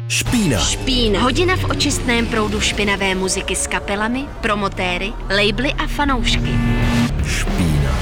Špína. Hodina v očistném proudu špinavé muziky s kapelami, promotéry, labely a fanoušky. Špína.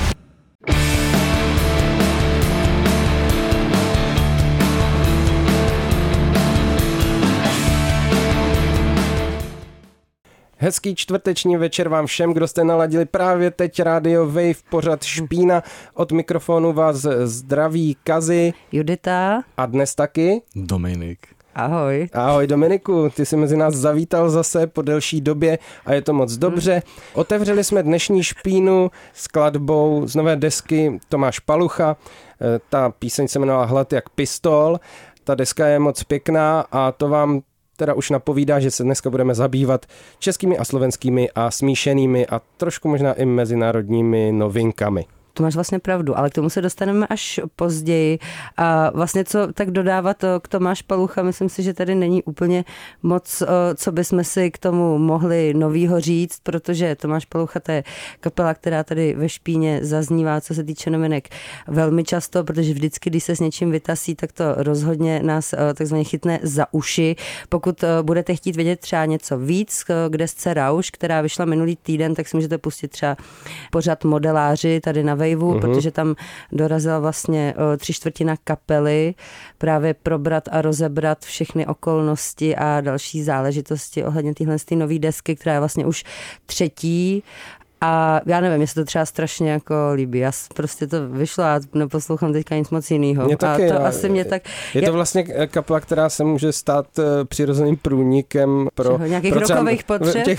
Hezký čtvrteční večer vám všem, kdo jste naladili právě teď Radio Wave, pořad Špína. Od mikrofonu vás zdraví Kazi, Judita a dnes taky Dominik. Ahoj. Ahoj Dominiku, ty jsi mezi nás zavítal zase po delší době a je to moc dobře. Otevřeli jsme dnešní Špínu skladbou z nové desky Tomáš Palucha. Ta píseň se jmenovala Hlad jak pistol. Ta deska je moc pěkná a to vám teda už napovídá, že se dneska budeme zabývat českými a slovenskými a smíšenými a trošku možná i mezinárodními novinkami. To máš vlastně pravdu, ale k tomu se dostaneme až později. A vlastně co tak dodávat k Tomáš Palucha, myslím si, že tady není úplně moc, co bychom si k tomu mohli novýho říct, protože Tomáš Palucha to je kapela, která tady ve Špíně zaznívá, co se týče nominek velmi často, protože vždycky, když se s něčím vytasí, tak to rozhodně nás takzvaně chytne za uši. Pokud budete chtít vědět třeba něco víc k desce Rauš, která vyšla minulý týden, tak si můžete pustit třeba pořad Modeláři tady na protože tam dorazila vlastně 3/4 kapely právě probrat a rozebrat všechny okolnosti a další záležitosti ohledně téhle nové desky, která je vlastně už třetí. A já nevím, jestli to třeba strašně jako líbí. Já prostě to vyšlo a neposlouchám teďka nic moc jinýho. Mě taky, a to asi mě tak... Je to vlastně kapela, která se může stát přirozeným průnikem pro nějakých rokových potřeb? Těch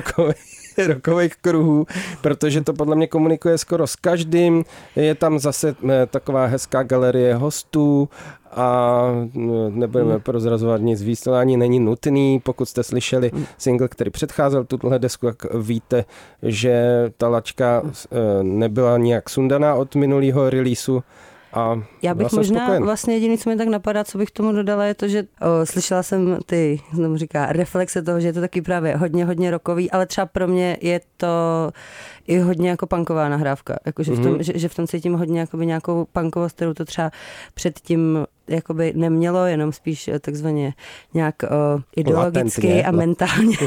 rokových kruhů, protože to podle mě komunikuje skoro s každým. Je tam zase taková hezká galerie hostů a nebudeme prozrazovat nic víc, to ani není nutný. Pokud jste slyšeli single, který předcházel tuhle desku, tak víte, že ta lačka nebyla nijak sundaná od minulého releaseu. A já bych možná vlastně jediný, co mi tak napadá, co bych tomu dodala, je to, že slyšela jsem ty, znovu říká, reflexe toho, že je to taky právě hodně rockový, ale třeba pro mě je to i hodně jako punková nahrávka, jakože že v tom cítím hodně jakoby nějakou punkovost, kterou to třeba předtím jakoby nemělo, jenom spíš takzvaně nějak ideologicky a mentálně,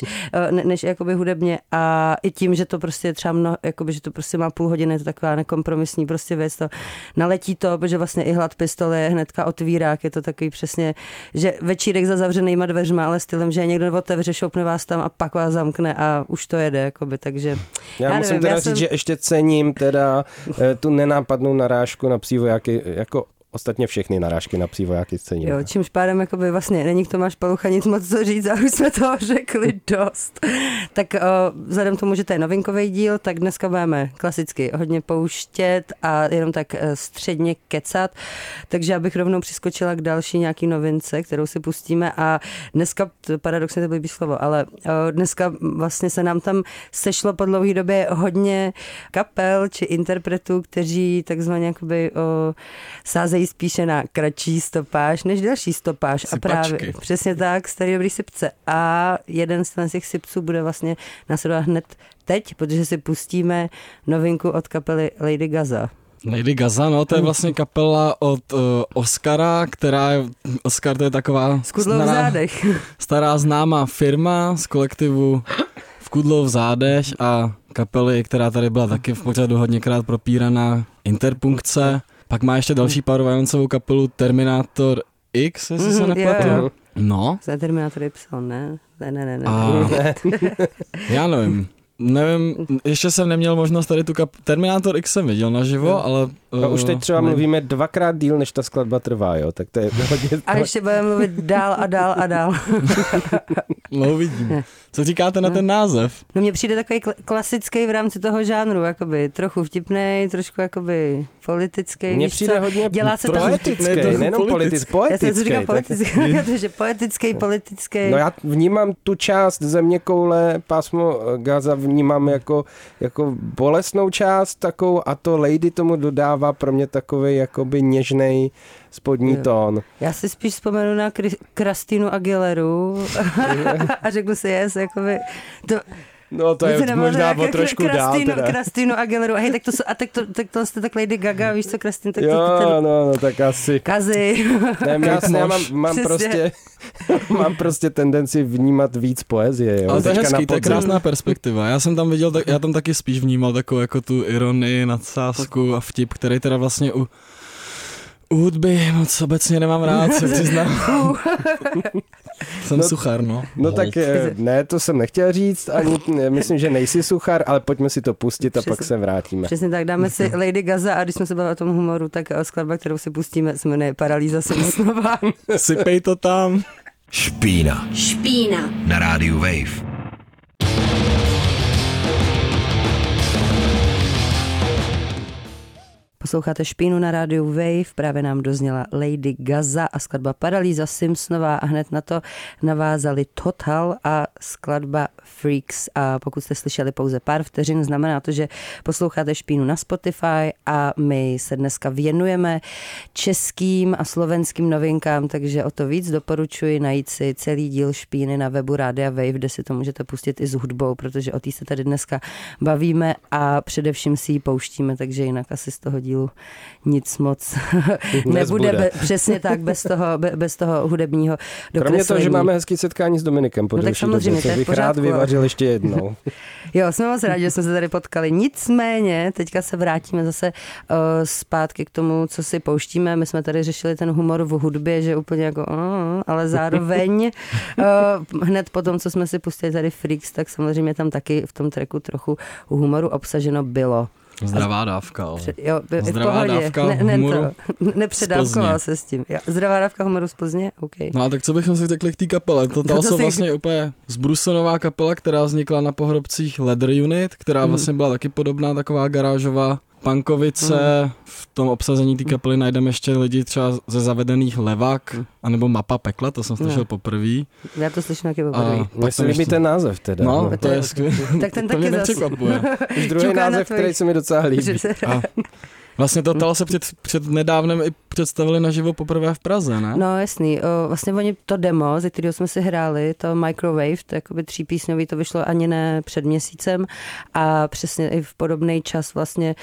než jakoby hudebně, a i tím, že to prostě třeba jakoby, že to prostě má půl hodiny, je to taková nekompromisní prostě věc, to naletí to, protože vlastně i Hlad pistole je hnedka otvírák, je to takový přesně, že večírek za zavřenýma dveřma, ale stylem, že někdo otevře, šoupne vás tam a pak vás zamkne a už to jede, jakoby, takže já musím teda říct, že ještě cením teda tu nenápadnou narážku na Psívojáky, jako ostatně všechny narážky na Psívojáky cením. Jo, čímž pádem jakoby vlastně není k Tomáš Palucha nic moc co říct a už jsme toho řekli dost. Tak vzhledem k tomu, že to je novinkový díl, tak dneska budeme klasicky hodně pouštět a jenom tak středně kecat, takže já bych rovnou přiskočila k další nějaký novince, kterou si pustíme, a dneska, paradoxně to blbý slovo, ale dneska vlastně se nám tam sešlo po dlouhé době hodně kapel či interpretů, kteří takzvaně jakoby sázejí spíše na kratší stopáž než další stopáž. Sypačky. A právě přesně tak, starý dobrý sypce. A jeden z těch sypců bude vlastně následovat hned teď, protože si pustíme novinku od kapely Lady Gaza. Lady Gaza, no to je vlastně kapela od Oscara, Oscar to je taková stará známá firma z kolektivu V Kudlou v zádech a kapely, která tady byla taky v pořadu hodněkrát propíraná, Interpunkce. Pak má ještě další párovajícovou kapelu Terminator X, jestli se nepletu. No. Za Terminator Y, ne? Ne. Já nevím, ještě jsem neměl možnost tady tu Terminator X jsem viděl naživo, ale... No, už teď třeba mluvíme 2x díl, než ta skladba trvá, jo, tak to je hodně... A ještě budeme mluvit dál a dál. No uvidíme. Co říkáte na ten název? No mně přijde takový klasický v rámci toho žánru, jakoby trochu vtipnej, trošku jakoby politický. Mně přijde hodně poetický, nejenom politický. Já jsem si říkal politický, politický. No já vnímám tu část zeměkoule, pásmo Gaza vnímám jako bolestnou část takovou, a to Lady tomu dodává pro mě takový jakoby něžnej spodní tón. Já si spíš vzpomenu na Kristýnu Aguileru a řeknu si, jakoby to... No to je možná o trošku dál teda. Kristýnu Aguileru. Hej, tak to jste tak Lady Gaga, víš co, Kristýn, tak jo, no, tak asi. Kazy. Ne, já mám prostě tendenci vnímat víc poezie. Jo. Ale to je hezký, to je krásná perspektiva. Já tam taky spíš vnímal takovou jako tu ironii, nadsázku a vtip, který teda vlastně u hudby moc obecně nemám rád, se přiznám. Jsem suchar, no. No tak ne, to jsem nechtěl říct, ani myslím, že nejsi suchar, ale pojďme si to pustit a pak se vrátíme. Přesně tak, dáme si Lady Gaga a když jsme se bavili o tom humoru, tak skladba, kterou si pustíme, se jmenuje Paralýza Simpsonová. Sypej to tam. Špína. Na rádiu Wave. Posloucháte Špínu na rádiu Wave, právě nám dozněla Lady Gaga a skladba Paralýza Simpsonová a hned na to navázali Total a skladba Freaks. A pokud jste slyšeli pouze pár vteřin, znamená to, že posloucháte Špínu na Spotify a my se dneska věnujeme českým a slovenským novinkám, takže o to víc doporučuji najít si celý díl Špíny na webu Rádia Wave, kde si to můžete pustit i s hudbou, protože o té se tady dneska bavíme a především si ji pouštíme, takže jinak asi z toho dílu nic moc nebude přesně tak bez toho hudebního dokreslení. Kromě toho, že máme hezký setkání s Dominikem po delší době, co bych rád vyvařil ještě jednou. Jo, jsme moc rádi, že jsme se tady potkali. Nicméně, teďka se vrátíme zase zpátky k tomu, co si pouštíme. My jsme tady řešili ten humor v hudbě, že úplně jako, ale zároveň hned po tom, co jsme si pustili tady Freaks, tak samozřejmě tam taky v tom tracku trochu humoru obsaženo bylo. Zdravá dávka, ale. Zdravá dávka humoru. Nepředávkoval se s tím. Zdravá dávka humoru z Plzně? Okay. No a tak co bychom si řekli k té kapele? To jsou vlastně úplně zbrusenová kapela, která vznikla na pohrobcích Leather Unit, která vlastně byla taky podobná, taková garážová punkovice. V tom obsazení té kapely najdeme ještě lidi třeba ze zavedených Levak, anebo Mapa pekla, to jsem slyšel poprvé. Já to slyším taky poprvé. Mně se líbí ten název teda. No, to je skvělé. Tak ten to taky mě nepřekvapuje. Už druhý název, který se mi docela líbí. Vlastně Total se před nedávnem i představili naživo poprvé v Praze, ne? No jasný, vlastně oni to demo, ze kterého jsme si hráli, to Microwave, to jakoby 3písňový, to vyšlo ani ne před měsícem a přesně i v podobný čas vlastně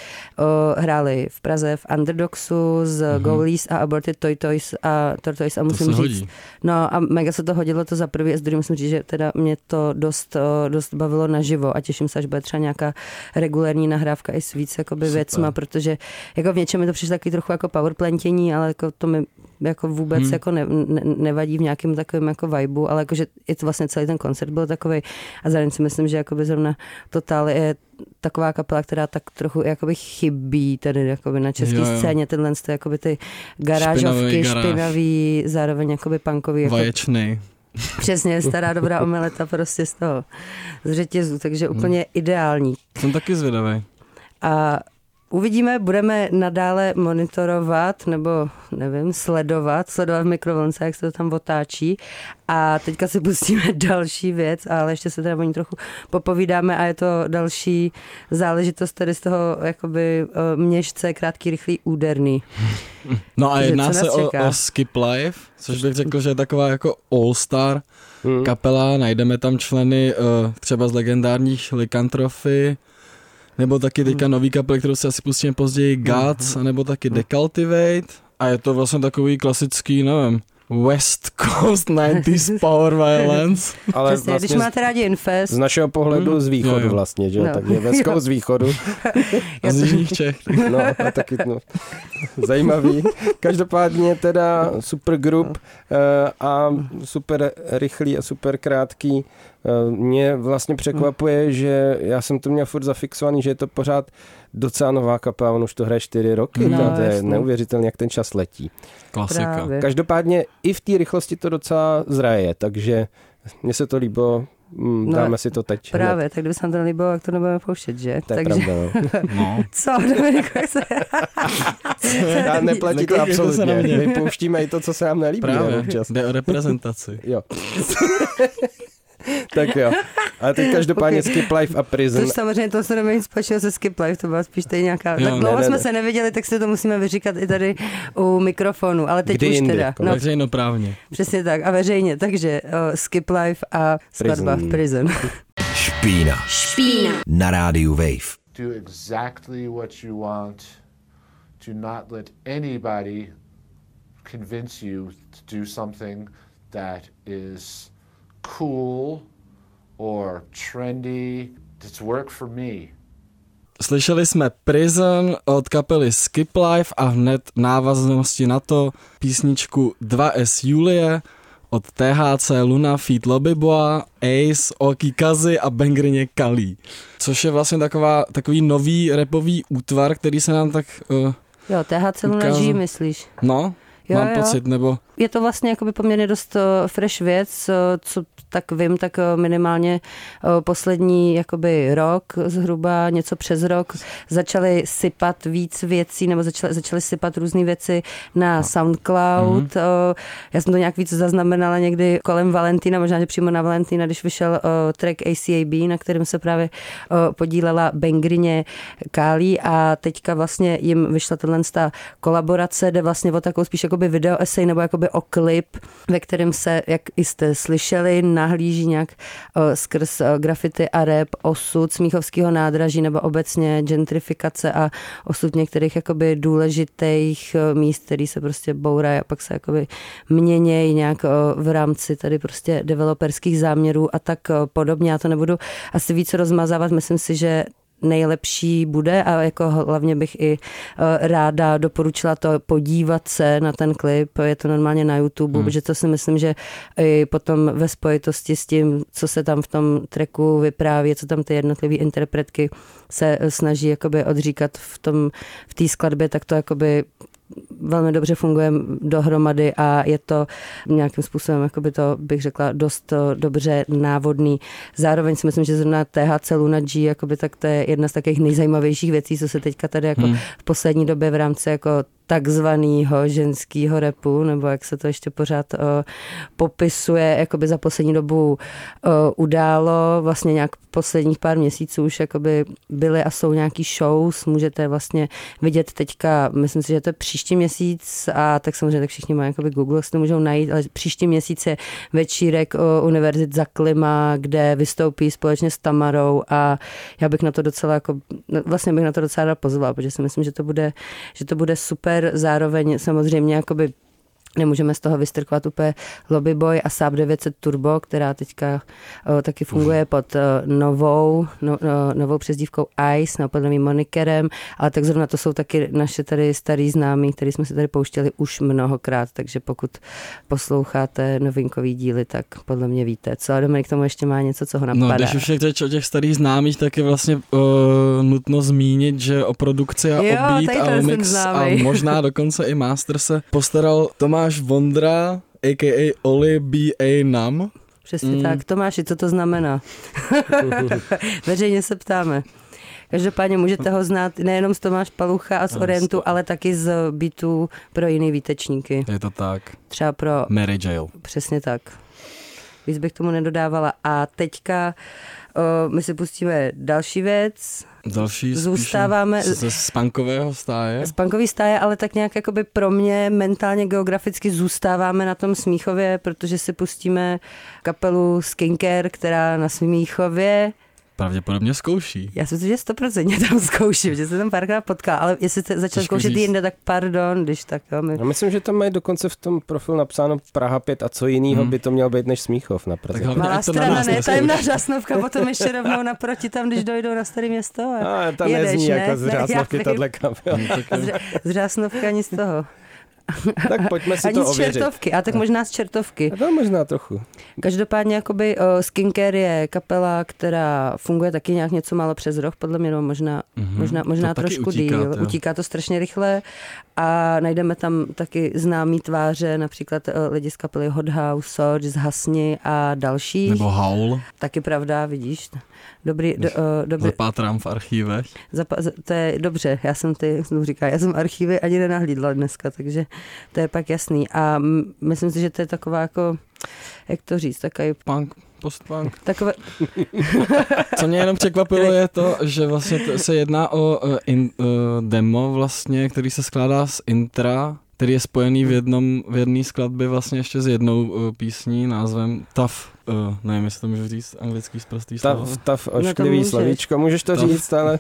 hráli v Praze v Underdogsu z Goalies a Aborted Tortoise a musím říct. No a mega se to hodilo to za prvý a z druhý musím říct, že teda mě to dost bavilo naživo a těším se, až bude třeba nějaká regulární nahrávka i s víc jakoby věcma, protože jako v něčem mi to přišlo taky trochu jako powerplantění, ale jako to mi jako vůbec jako nevadí v nějakém takovém jako vibu, ale jakože i to vlastně celý ten koncert byl takovej a zároveň si myslím, že jakoby zrovna Total je taková kapela, která tak trochu jakoby chybí tady jakoby na české scéně, tyhle jakoby ty garážovky, špinavý, zároveň jakoby punkový. Jako, vaječný. Přesně, stará dobrá omeleta prostě z toho, z řetězu, takže úplně ideální. Jsem taky zvědavý. A uvidíme, budeme nadále monitorovat nebo nevím, sledovat v mikrovlnce, jak se to tam otáčí. A teďka si pustíme další věc, ale ještě se teda o ní trochu popovídáme a je to další záležitost tady z toho jakoby měšce, krátký, rychlý, úderný. No a jedná se o Skip Life, což bych řekl, že je taková jako all-star kapela. Najdeme tam členy třeba z legendárních Lycanthropy, nebo taky teďka nový kapel, kterou si asi pustíme později, Guts, nebo taky Decultivate. A je to vlastně takový klasický, nevím, West Coast 90s Power Violence. Ale přesně, vlastně když máte rádi Infest. Z našeho pohledu z východu vlastně, že jo? Tak je West Coast z východu. A z jižních Čech. No, a taky zajímavý. Každopádně teda super grup a super rychlý a super krátký. Mě vlastně překvapuje, že já jsem to měl furt zafixovaný, že je to pořád docela nová kapela, on už to hraje 4 roky, to je neuvěřitelné, jak ten čas letí. Klasika. Právě. Každopádně i v té rychlosti to docela zraje, takže mně se to líbilo, dáme si to teď. Právě, tak kdyby se nám to nelíbilo, jak to nebudeme pouštět, že? To je pravda, no. Co, Dominiku, jak se... Neplatí to absolutně, my pouštíme i to, co se nám nelíbí. Právě, jde o reprezentaci. Jo. Tak jo. Ale teď každopádně Skip Life a Prison. Což samozřejmě to se nemá nic společného se Skip Life, to byla spíš tady nějaká... Jo, tak dlouho jsme se neviděli, tak si to musíme vyříkat i tady u mikrofonu, ale teď kdy už jindy, teda. No, veřejnoprávně. Přesně tak a veřejně, takže Skip Life a skladba Prison. Špína. Na rádiu Wave. Do exactly what you want. Do not let anybody convince you to do something that is cool or trendy. It's work for me. Slyšeli jsme Prison od kapely Skip Life a hned návaznosti na to písničku 2S Julie od THC Luna feat. Lobbyboy, Ace, Oki Kazy a Bangrině Kali. Což je vlastně takový nový rapový útvar, který se nám tak jo, THC Luna G, myslíš? No, mám pocit, nebo... Je to vlastně jakoby poměrně dost fresh věc, co tak vím, tak minimálně poslední jakoby rok, zhruba něco přes rok, začali sypat víc věcí, nebo začali sypat různé věci na SoundCloud. Já jsem to nějak víc zaznamenala někdy kolem Valentína, možná, že přímo na Valentína, když vyšel track ACAB, na kterém se právě podílela Bangrině Kali a teďka vlastně jim vyšla ta kolaborace, jde vlastně o takovou spíš jakoby video essay, nebo jakoby o klip, ve kterém se, jak jste slyšeli, nahlíží nějak skrz graffiti a rap osud Smíchovského nádraží nebo obecně gentrifikace a osud některých jakoby důležitých míst, který se prostě bourají a pak se jakoby měnějí nějak v rámci tady prostě developerských záměrů a tak podobně. Já to nebudu asi víc rozmazávat, myslím si, že nejlepší bude a jako hlavně bych i ráda doporučila to podívat se na ten klip, je to normálně na YouTube, protože to si myslím, že i potom ve spojitosti s tím, co se tam v tom tracku vypráví, co tam ty jednotlivé interpretky se snaží jakoby odříkat v té skladbě, tak to jakoby velmi dobře funguje dohromady a je to nějakým způsobem, jakoby to bych řekla, dost dobře návodný. Zároveň si myslím, že zrovna THC Luna G, jakoby, tak to je jedna z takových nejzajímavějších věcí, co se teďka tady jako v poslední době v rámci jako takzvanýho ženského rapu, nebo jak se to ještě pořád popisuje, jakoby za poslední dobu událo. Vlastně nějak posledních pár měsíců už jakoby byly a jsou nějaký shows, můžete vlastně vidět teďka, myslím si, že to je příští měsíc a tak samozřejmě tak všichni mají jakoby Google, jak si to můžou najít, ale příští měsíc je večírek Univerzit za klima, kde vystoupí společně s Tamarou a já bych na to docela jako, vlastně bych na to docela pozvala, protože si myslím, že to bude super. Zároveň samozřejmě jakoby nemůžeme z toho vystrkovat úplně Lobbyboy a Saab 900 Turbo, která teďka taky funguje pod novou přezdívkou Ice, pod novým monikerem, ale tak zrovna to jsou taky naše tady starý známí, který jsme si tady pouštěli už mnohokrát, takže pokud posloucháte novinkový díly, tak podle mě víte. Co a Dominik k tomu ještě má něco, co ho napadá? No, když už je o těch starých známých, tak je vlastně nutno zmínit, že o produkci a o beat a o mix a možná dokonce i master se postaral Tomáš Vondra, a.k.a. Oli B.A. Nam. Přesně tak. Tomáši, co to znamená? Veřejně se ptáme. Každopádně můžete ho znát nejenom z Tomáš Palucha a z Orientu, ale taky z beatů pro jiný výtečníky. Je to tak. Třeba pro Mary Jail. Přesně tak. Víc bych tomu nedodávala. A teďka my si pustíme další věc. Zůstáváme z punkového stáje. Z punkový stáje, ale tak nějak jakoby pro mě mentálně geograficky zůstáváme na tom Smíchově, protože si pustíme kapelu Skincare, která na Smíchově pravděpodobně zkouší. Já si myslím, že 100% tam zkouším, že se tam párkrát potká, ale jestli jste začal zkoušet jinde, tak pardon, když tak. Jo, Já myslím, že tam mají dokonce v tom profilu napsáno Praha 5 a co jinýho by to měl být než Smíchov na Praze. Malá strana, ne, tajemná Řásnovka, potom ještě rovnou naproti tam, když dojdou na Staré Město. A ta nezní jako z Řásnovky tahle kapela. Z Řásnovka nic z toho. Tak pojďme si to ověřit. Ani z Čertovky, a tak možná z Čertovky. To možná trochu. Každopádně jakoby Skincare je kapela, která funguje taky nějak něco málo přes rok, podle mě, no, možná trošku díl. Utíká to strašně rychle a najdeme tam taky známý tváře, například lidi z kapely Hot House, Sorge, Zhasni a další. Nebo Howl. Taky pravda, vidíš. Dobrý. Zapátrám v archívech. To je dobře, já jsem archívy ani nenahlídla dneska, takže to je pak jasný. A myslím si, že to je taková jako, jak to říct, takový punk, post-punk. Takové... Co mě jenom překvapilo je to, že vlastně se jedná o demo vlastně, který se skládá z intra, který je spojený v jedné skladbě vlastně ještě s jednou písní názvem Tough. Nevím, jestli to můžu říct, anglický sprostý slovo. Tough, ošklivý slovíčko, můžeš to říct, ale...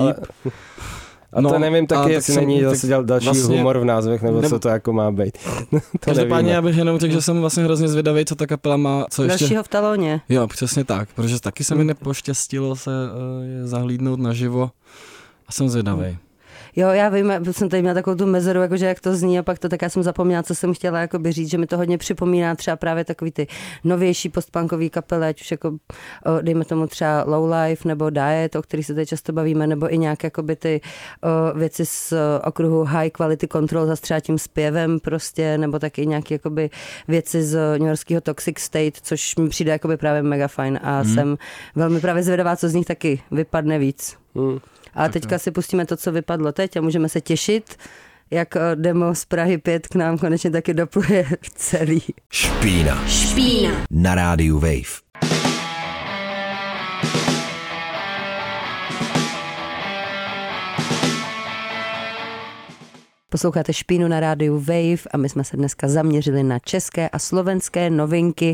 A to nevím taky, jestli není zase dělat další vlastně, humor v názvech, nebo co to jako má být. Každopádně já bych jenom řekl, že jsem vlastně hrozně zvědavý, co ta kapela má. Co ještě... Dalšího v talóně. Jo, přesně tak, protože taky se mi nepoštěstilo se zahlídnout naživo a jsem zvědavý. Jo, já vím, jsem tady měla takovou tu mezeru, jakože jak to zní a pak to tak já jsem zapomněla, co jsem chtěla jakoby říct, že mi to hodně připomíná třeba právě takový ty novější postpunkový kapely, ať už jako dejme tomu třeba Low Life nebo Diet, o kterých se tady často bavíme, nebo i nějaké jakoby ty věci z okruhu High Quality Control za třeba tím zpěvem prostě, nebo taky nějaké jakoby věci z newyorského Toxic State, což mi přijde jakoby právě mega fajn a jsem velmi právě zvědavá, co z nich taky vypadne víc. A teďka si pustíme to, co vypadlo teď a můžeme se těšit, jak demo z Prahy 5 k nám konečně taky dopluje celý. Špína. Na rádiu Wave. Posloucháte Špínu na rádiu Wave a my jsme se dneska zaměřili na české a slovenské novinky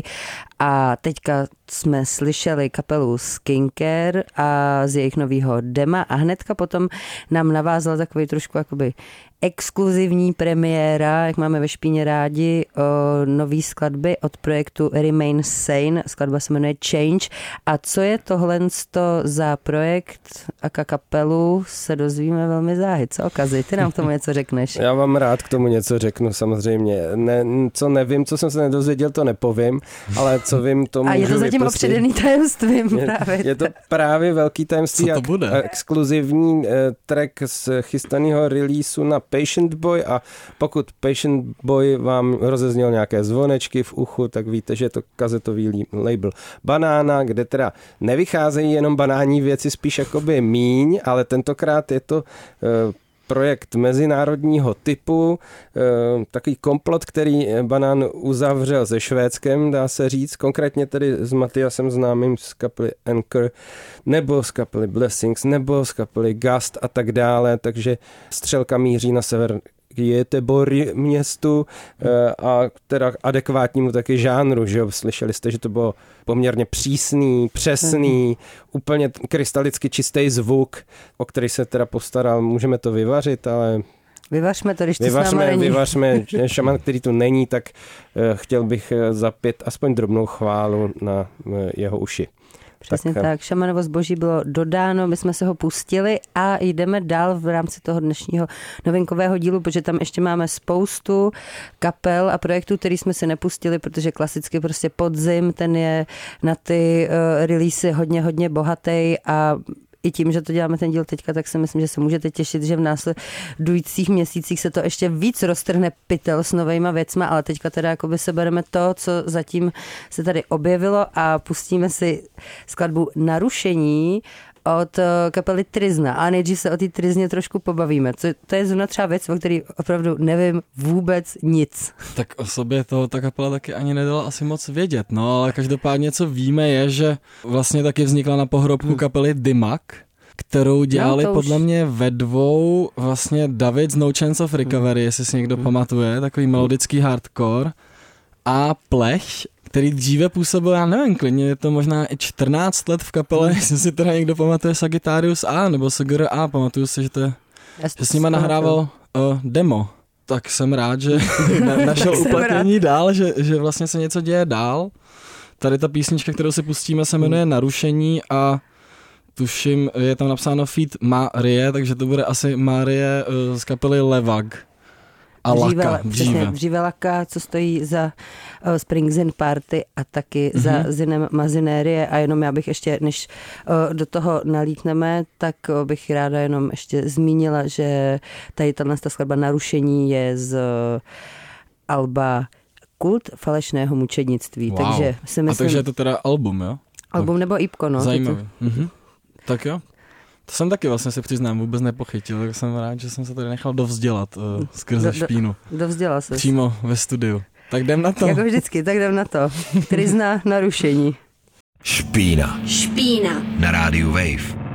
a teďka jsme slyšeli kapelu Skincare a z jejich novýho dema a hnedka potom nám navázal takový trošku jakoby exkluzivní premiéra, jak máme ve Špíně rádi, nový skladby od projektu Remain Sane. Skladba se jmenuje Change. A co je tohle za projekt a kapelu, se dozvíme velmi záhy. Co, Kazi? Ty nám k tomu něco řekneš? Já vám rád k tomu něco řeknu, samozřejmě. Co nevím, co jsem se nedozvěděl, to nepovím, ale co vím, to můžu vypustit. A je to zatím opředený tajemstvím právě. Je to právě velký tajemství. Co to bude? Exkluzivní track z chystaného releaseu na Patient Boy a pokud Patient Boy vám rozezněl nějaké zvonečky v uchu, tak víte, že je to kazetový label Banána, kde teda nevycházejí jenom banální věci, spíš jakoby míň, ale tentokrát je to projekt mezinárodního typu, takový komplot, který Banán uzavřel se Švédskem, dá se říct, konkrétně tedy s Matyasem známým z kapely Anchor, nebo z kapely Blessings, nebo z kapely Gust a tak dále, takže střelka míří na sever Göteborg městu a teda adekvátnímu taky žánru, že jo, slyšeli jste, že to bylo poměrně přísný, přesný, úplně krystalicky čistý zvuk, o který se teda postaral, můžeme to vyvařit, ale... Vyvařme to, když to s náma není. Vyvařme, šaman, který tu není, tak chtěl bych zapět aspoň drobnou chválu na jeho uši. Přesně tak. Šamanovo zboží bylo dodáno, my jsme se ho pustili a jdeme dál v rámci toho dnešního novinkového dílu, protože tam ještě máme spoustu kapel a projektů, který jsme si nepustili, protože klasicky prostě podzim, ten je na ty releasy hodně bohatý a i tím, že to děláme ten díl teďka, tak si myslím, že se můžete těšit, že v následujících měsících se to ještě víc roztrhne pytel s novejma věcma, ale teďka teda jakoby sebereme to, co zatím se tady objevilo a pustíme si skladbu Narušení od kapely Trizna. A nejdřív se o té Trizně trošku pobavíme. To je zrovna třeba věc, o který opravdu nevím vůbec nic. Tak o sobě to ta kapela taky ani nedala asi moc vědět, no ale každopádně co víme je, že vlastně taky vznikla na pohrobku kapely Dymak, kterou dělali podle mě ve dvou vlastně David z No Chance of Recovery, jestli si někdo pamatuje, takový melodický hardcore a Plech, který dříve působil, já nevím, klidně je to možná i 14 let v kapele, jestli si teda někdo pamatuje Sagittarius A nebo Sagr A, pamatuju si, že s nima nahrával demo. Tak jsem rád, že našel uplatnění dál, že vlastně se něco děje dál. Tady ta písnička, kterou si pustíme, se jmenuje Narušení a tuším, je tam napsáno feat Marie, takže to bude asi Marie z kapely Levag. A Laka, dříve Laka, co stojí za Spring Zin Party a taky za Zinem Mazinérie a jenom já bych ještě, než do toho nalítneme, tak bych ráda jenom ještě zmínila, že tady ta skladba Narušení je z alba Kult falešného mučednictví. Wow. Takže si myslím, a takže je to teda album, jo? Album nebo ipko, no. Zajímavý. Tak jo. To jsem taky vlastně se přiznám vůbec nepochytil, tak jsem rád, že jsem se tady nechal dovzdělat skrze Špínu. Dovzdělal se. Přímo ve studiu. Tak jdem na to. Jako vždycky, tak jdem na to. Trizna Narušení. Špína. Na rádiu Wave.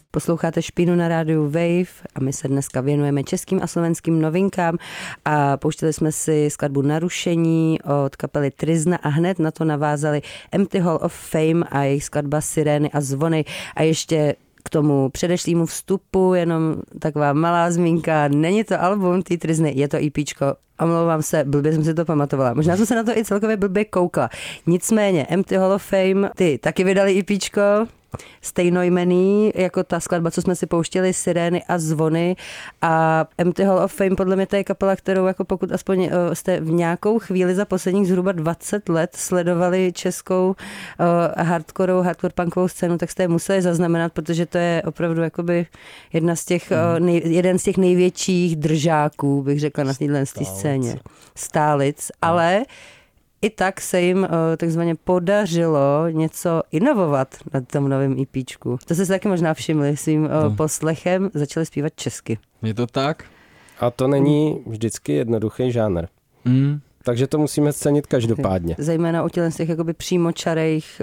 Posloucháte Špínu na rádiu Wave a my se dneska věnujeme českým a slovenským novinkám a pouštěli jsme si skladbu Narušení od kapely Tryzna a hned na to navázali Empty Hall of Fame a jejich skladba Sirény a zvony a ještě k tomu předešlýmu vstupu jenom taková malá zmínka, není to album té Tryzny, je to EPčko. Omlouvám se, blbě jsem si to pamatovala. Možná jsem se na to i celkově blbě koukla. Nicméně Empty Hall of Fame, ty taky vydali EPčko, stejnojmenný, jako ta skladba, co jsme si pouštěli, Sirény a zvony a Empty Hall of Fame podle mě to je kapela, kterou jako pokud aspoň jste v nějakou chvíli za posledních zhruba 20 let sledovali českou hardcore punkovou scénu, tak jste je museli zaznamenat, protože to je opravdu jakoby jeden z těch největších držáků, bych řekla, na téhle scéně. Stálic, ale i tak se jim takzvaně podařilo něco inovovat na tom novém EPčku. To jste se taky možná všimli svým poslechem, začali zpívat česky. Je to tak? A to není vždycky jednoduchý žánr. Takže to musíme cenit každopádně. Zejména u těch jakoby přímočarejch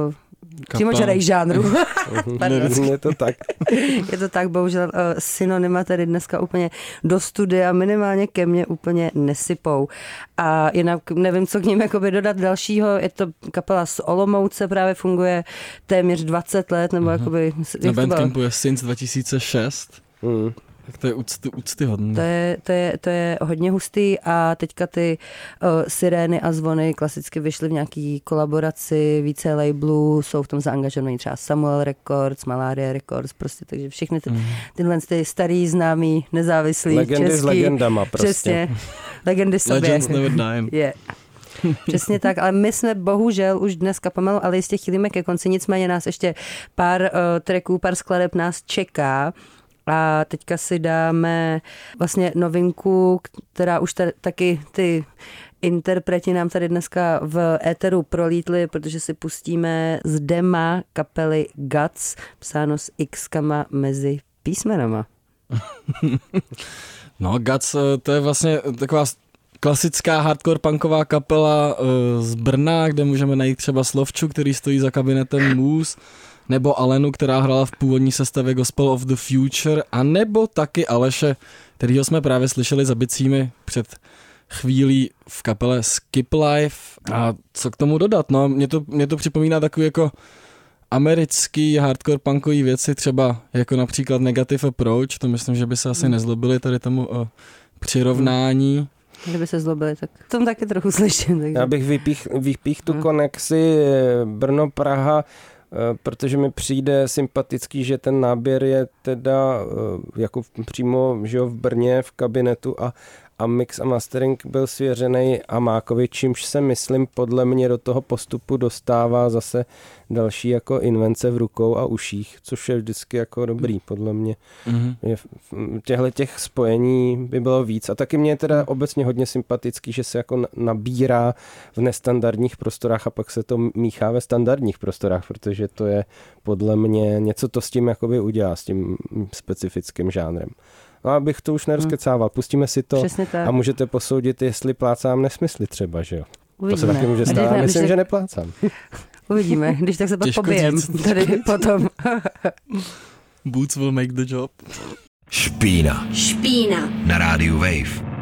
žánrů. Je to tak. Je to tak, bohužel synonyma tady dneska úplně do studia minimálně ke mně úplně nesypou. A jinak nevím, co k ním jakoby dodat dalšího. Je to kapela z Olomouce, právě funguje téměř 20 let, nebo jakoby... Na Bandcampu je since 2006. Tak to je úctyhodný. To je hodně hustý a teďka ty Sirény a zvony klasicky vyšly v nějaký kolaboraci, více labelů, jsou v tom zaangažovaný třeba Samuel Records, Malaria Records, prostě, takže všechny tyhle ty starý, známý, nezávislý, legendy český. S legendama prostě. Přesně, legendy sobě. Legends never die. Yeah. Přesně tak, ale my jsme bohužel už dneska pomalu, ale jistě chýlíme ke konci, nicméně nás ještě pár tracků, pár skladeb nás čeká. A teďka si dáme vlastně novinku, která už taky ty interpreti nám tady dneska v éteru prolítli, protože si pustíme z dema kapely Guts, psáno s X-kama mezi písmenama. No, Guts, to je vlastně taková klasická hardcore punková kapela z Brna, kde můžeme najít třeba Slovču, který stojí za kabinetem Moose, nebo Alenu, která hrála v původní sestavě Gospel of the Future, a nebo taky Aleše, kterýho jsme právě slyšeli za bicími před chvílí v kapele Skip Life. A co k tomu dodat? No, mě to připomíná takový jako americký hardcore punkový věci, třeba jako například Negative Approach, to myslím, že by se asi nezlobili tady tomu přirovnání. Kdyby se zlobili, tak tom taky trochu slyším. Takže. Já bych vypích tu konexi Brno-Praha, protože mi přijde sympatický, že ten náběr je teda jako přímo v Brně v kabinetu a mix a mastering byl svěřený Hamákovi, čímž se myslím podle mě do toho postupu dostává zase další jako invence v rukou a uších, což je vždycky jako dobrý podle mě. Těch spojení by bylo víc a taky mě je teda obecně hodně sympatický, že se jako nabírá v nestandardních prostorách a pak se to míchá ve standardních prostorách, protože to je podle mě něco to s tím jakoby udělá, s tím specifickým žánrem. No, abych to už nerozkecával. Pustíme si to a můžete posoudit, jestli plácám nesmysly třeba, že jo? Uvidíme. To se taky může stát. Myslím, že neplácám. Uvidíme, když tak se pak pobijem. Tady potom. Boots will make the job. Špína. Na rádiu Wave.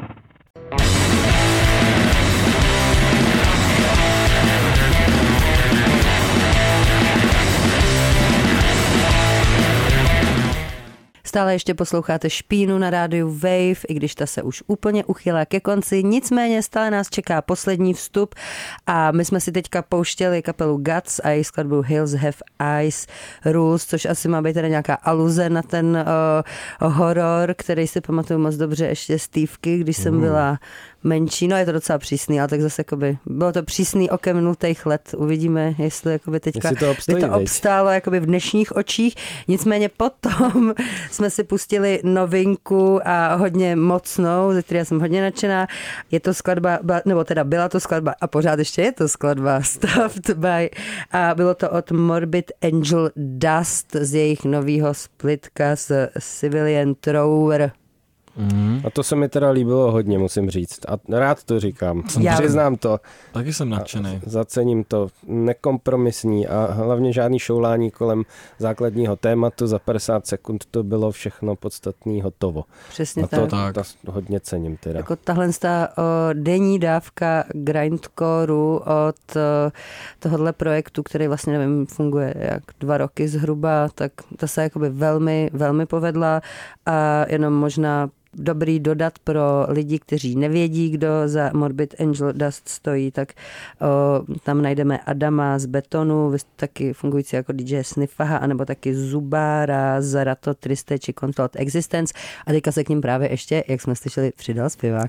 Stále ještě posloucháte Špínu na rádiu Wave, i když ta se už úplně uchylá ke konci, nicméně stále nás čeká poslední vstup a my jsme si teďka pouštěli kapelu Guts a jejich skladbu Hills Have Eyes Rules, což asi má být teda nějaká aluze na ten horor, který si pamatuju moc dobře ještě z Stevky, když jsem byla menší, no je to docela přísný, ale tak zase jakoby, bylo to přísný okem minutých let, uvidíme, jestli jakoby teďka by to obstálo jakoby v dnešních očích, nicméně potom jsme si pustili novinku a hodně mocnou, ze které jsem hodně nadšená, je to skladba, byla to skladba a pořád ještě je to skladba Stuffed by a bylo to od Morbid Angel Dust z jejich novýho splitka s Civilian Thrower. A to se mi teda líbilo hodně, musím říct. A rád to říkám. Přiznám to. Taky jsem nadšenej. Zacením to. Nekompromisní a hlavně žádný šoulání kolem základního tématu. Za 50 sekund to bylo všechno podstatný hotovo. Přesně tak. To hodně cením teda. Jako tahle denní dávka grindcoreu od tohohle projektu, který vlastně nevím, funguje jak 2 roky zhruba, tak ta se jakoby velmi, velmi povedla a jenom možná dobrý dodat pro lidi, kteří nevědí, kdo za Morbid Angel Dust stojí, tak tam najdeme Adama z Betonu, taky fungující jako DJ Sniffaha, anebo taky Zubára, Zarato, Triste či Controlled Existence a teďka se k ním právě ještě, jak jsme slyšeli, přidal zpěvák.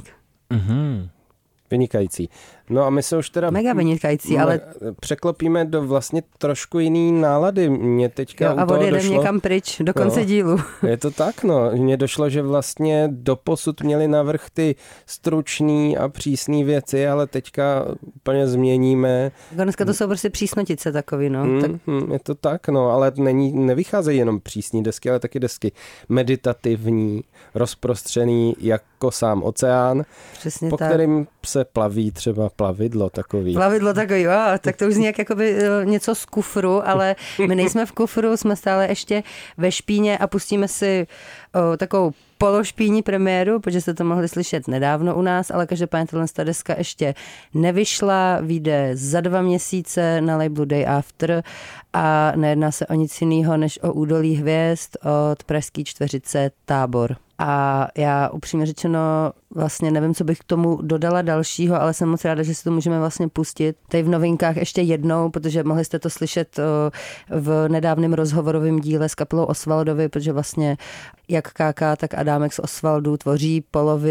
Vynikající. No a my se už teda... Mega vynikající, ale... Překlopíme do vlastně trošku jiný nálady. Mně teďka a odjedeme někam pryč do konce dílu. Je to tak, no. Mně došlo, že vlastně doposud měli navrch ty stručný a přísný věci, ale teďka úplně změníme. Dneska to jsou prostě přísnotice takový, no. Je to tak, no, ale nevycházejí jenom přísný desky, ale taky desky meditativní, rozprostřený jako sám oceán, přesně po kterým se plaví třeba plavidlo takový. Plavidlo takový, tak to už zní jak jakoby něco z kufru, ale my nejsme v kufru, jsme stále ještě ve špíně a pustíme si takovou pološpíní premiéru, protože jste to mohli slyšet nedávno u nás, ale každopádně tato deska ještě nevyšla, vyjde za 2 měsíce na labelu Day After a nejedná se o nic jiného než o Údolí hvězd od pražské čtveřice Tábor. A já upřímně řečeno vlastně nevím, co bych k tomu dodala dalšího, ale jsem moc ráda, že si to můžeme vlastně pustit tady v novinkách ještě jednou, protože mohli jste to slyšet v nedávném rozhovorovém díle s kapelou Osvaldovi, protože vlastně jak KK, tak Adámek z Osvaldu tvoří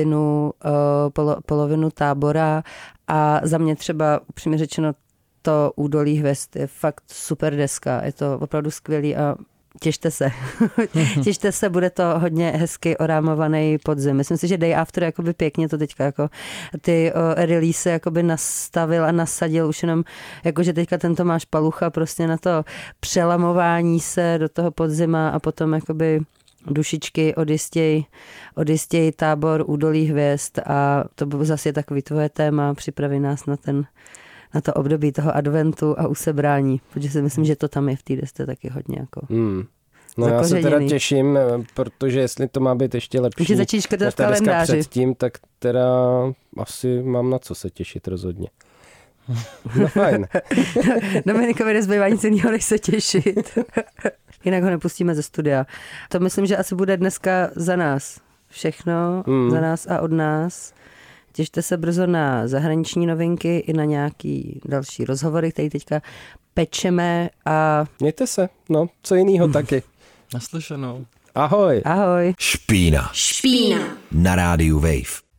polovinu Tábora a za mě třeba upřímně řečeno to Údolí hvězd je fakt super deska, je to opravdu skvělý a těšte se. Těšte se, bude to hodně hezky orámovaný podzim. Myslím si, že Day After jakoby pěkně to teďka jako ty release jakoby nastavil a nasadil už jenom jakože teďka ten Tomáš Palucha prostě na to přelamování se do toho podzima a potom jakoby dušičky odjistěj Tábor, Údolí hvězd a to bylo zase takový tvoje téma, připraví nás na to období toho adventu a usebrání, protože si myslím, že to tam je v té desce taky hodně jako No já se teda těším, protože jestli to má být ještě lepší než ta deska předtím, tak teda asi mám na co se těšit rozhodně. No fajn. Dominikovi nezbývá nic jiného, než se těšit. Jinak ho nepustíme ze studia. To myslím, že asi bude dneska za nás všechno, za nás a od nás. Těšte se brzo na zahraniční novinky i na nějaký další rozhovory, které teďka pečeme a... Mějte se, no, co jinýho taky. Naslyšenou. Ahoj. Ahoj. Špína. Na rádiu Wave.